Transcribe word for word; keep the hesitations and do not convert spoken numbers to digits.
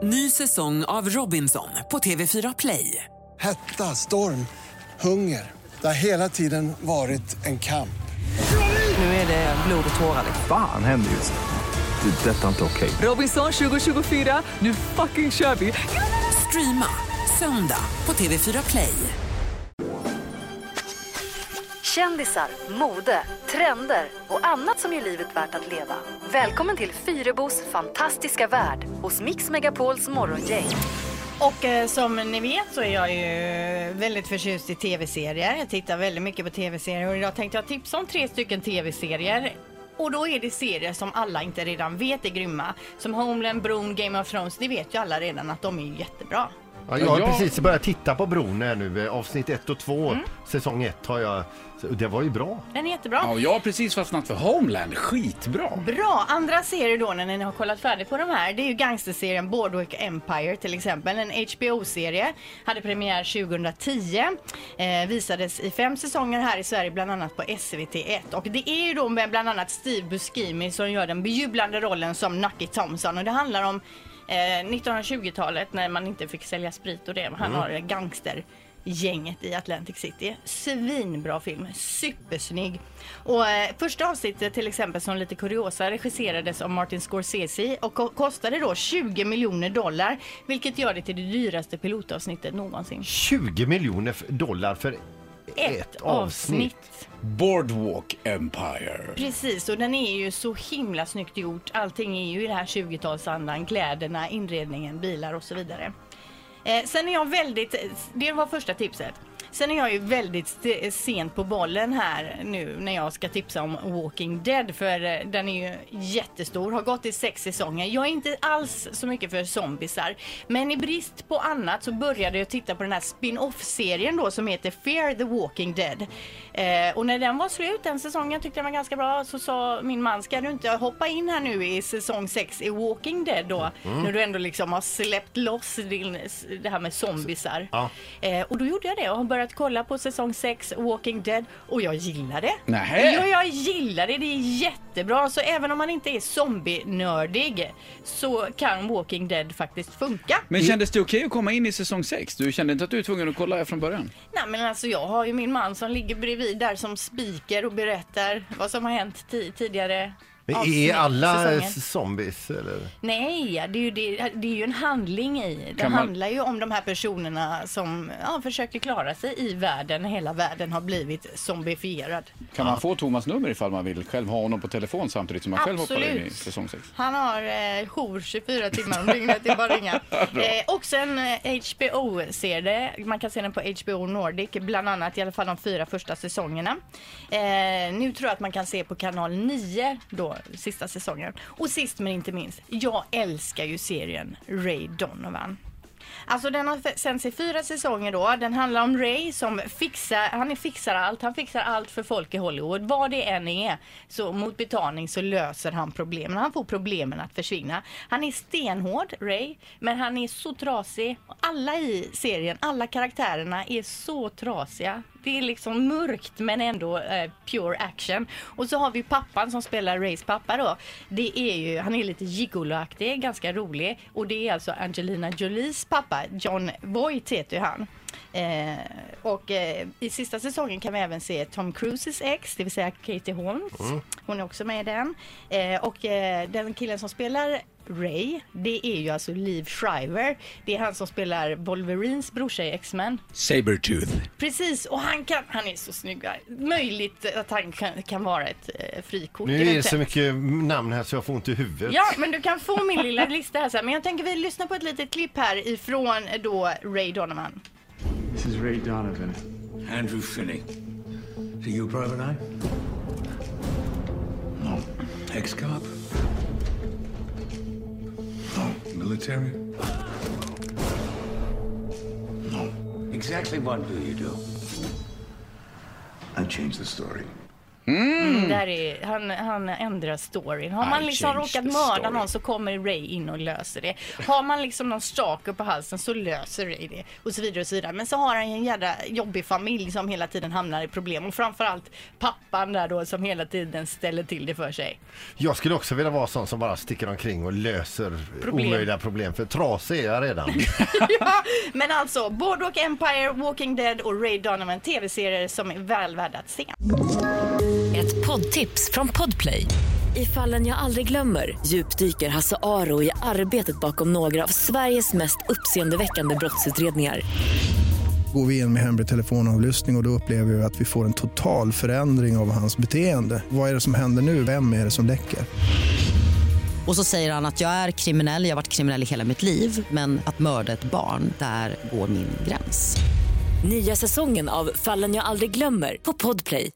Ny säsong av Robinson på T V fyra Play. Hetta, storm, hunger. Det har hela tiden varit en kamp. Nu är det blod och tårar. Fan händer just det. Det är detta inte okej. Robinson tjugo tjugofyra, nu fucking kör vi. Streama söndag på T V fyra Play. Kändisar, mode, trender och annat som gör livet värt att leva. Välkommen till Fyrebos fantastiska värld hos Mix Megapols morgongäng. Och eh, som ni vet så är jag ju väldigt förtjust i tv-serier. Jag tittar väldigt mycket på tv-serier och idag tänkte jag tipsa om tre stycken tv-serier. Och då är det serier som alla inte redan vet är grymma. Som Homeland, Bron, Game of Thrones. Det vet ju alla redan att de är jättebra. Ja, jag har ja. precis börjat titta på Bron här nu, avsnitt ett och två, mm. säsong ett har jag, det var ju bra. Den är jättebra. Ja, jag har precis fastnat för Homeland, skitbra. Bra, andra serier då när ni har kollat färdigt på de här, det är ju gangsterserien Boardwalk Empire till exempel, en H B O-serie, hade premiär tjugohundratio, eh, visades i fem säsonger här i Sverige, bland annat på S V T ett. Och det är ju då med bland annat Steve Buscemi som gör den bejublande rollen som Nucky Thompson, och det handlar om Eh, nittonhundratjugotalet när man inte fick sälja sprit och det. Han mm. har gangstergänget i Atlantic City. Svinbra film, supersnygg. Och eh, första avsnittet till exempel som lite kuriosa regisserades av Martin Scorsese och ko- kostade då tjugo miljoner dollar, vilket gör det till det dyraste pilotavsnittet någonsin. tjugo miljoner dollar för ett, ett avsnitt. avsnitt. Boardwalk Empire. Precis, och den är ju så himla snyggt gjort. Allting är ju i det här tjugotalsandan, kläderna, inredningen, bilar och så vidare. Eh, sen är jag väldigt, det var första tipset. Sen är jag ju väldigt st- sent på bollen här nu när jag ska tipsa om Walking Dead, för den är ju jättestor, har gått i sex säsonger. Jag är inte alls så mycket för zombiesar, men i brist på annat så började jag titta på den här spin-off-serien då som heter Fear the Walking Dead. Eh, och när den var slut, den säsongen tyckte jag var ganska bra, så sa min man, ska du inte hoppa in här nu i säsong sex i Walking Dead då, mm. när du ändå liksom har släppt loss din, det här med zombiesar. Ja. Eh, och då gjorde jag det och har börjat att kolla på säsong sex Walking Dead och jag gillar det. Nähä. Ja, jag gillar det. Det är jättebra. Så även om man inte är zombie-nördig så kan Walking Dead faktiskt funka. Men kändes det okej att komma in i säsong sex? Du kände inte att du är tvungen att kolla från början? Nej, men alltså jag har ju min man som ligger bredvid där som speaker och berättar vad som har hänt t- tidigare. Men är alla säsongen zombies eller? Nej, det är ju, det, det är ju en handling i. Det man... handlar ju om de här personerna som ja, försöker klara sig i världen. Hela världen har blivit zombifierad. Kan man få Thomas nummer ifall man vill själv ha honom på telefon samtidigt som man Absolut. själv hoppar in i säsong sex? Han har eh, jour tjugofyra timmar om dygnet, det är bara ringa. eh, också en eh, H B O-serie. Man kan se den på H B O Nordic, bland annat i alla fall de fyra första säsongerna. Eh, nu tror jag att man kan se på kanal nio då, sista säsongen. Och sist men inte minst, jag älskar ju serien Ray Donovan. Alltså den har sänts i fyra säsonger då. Den handlar om Ray som fixar, han fixar allt. Han fixar allt för folk i Hollywood. Vad det än är, så mot betalning så löser han problemen. Han får problemen att försvinna. Han är stenhård, Ray, men han är så trasig. Alla i serien, alla karaktärerna är så trasiga. Det är liksom mörkt men ändå eh, pure action. Och så har vi pappan som spelar Rays pappa då. Det är ju, han är lite gigoloaktig, ganska rolig. Och det är alltså Angelina Jolies pappa, John Voight heter ju han. Eh, och eh, i sista säsongen kan vi även se Tom Cruises ex, det vill säga Katie Holmes. Mm. Hon är också med i den. Eh, och eh, den killen som spelar Ray, det är ju alltså Liev Schreiber. Det är han som spelar Wolverines brorsa i X-Men. Sabretooth. Precis, och han, kan, han är så snygg. Möjligt att han kan, kan vara ett eh, frikort. Nu är det så mycket namn här så jag får inte i huvudet. Ja, men du kan få min lilla lista här sen. Men jag tänker vi lyssna på ett litet klipp här ifrån då Ray Donovan. This is Ray Donovan. Andrew Finney. So you private eye? No. Ex-cop? No. Military? No. Exactly what do you do? I changed the story. Mm. Mm, där är, han, han ändrar storyn. Har man I liksom changed råkat the mörda story. någon så kommer Ray in och löser det. Har man liksom någon stalker på halsen så löser Ray det. Och så vidare och så vidare. Men så har han en jävla jobbig familj som hela tiden hamnar i problem. Och framförallt pappan där då som hela tiden ställer till det för sig. Jag skulle också vilja vara sån som bara sticker omkring och löser Problem. omöjliga problem. För trasig är jag redan. Ja, men alltså Boardwalk Empire, Walking Dead och Ray Donovan, tv-serier som är väl värda att se. Ett poddtips från Podplay. I Fallen jag aldrig glömmer djupdyker Hasse Aro i arbetet bakom några av Sveriges mest uppseendeväckande brottsutredningar. Går vi in med hemlig telefonavlyssning och då upplever vi att vi får en total förändring av hans beteende. Vad är det som händer nu? Vem är det som läcker? Och så säger han att jag är kriminell, jag har varit kriminell i hela mitt liv. Men att mörda ett barn, där går min gräns. Nya säsongen av Fallen jag aldrig glömmer på Podplay.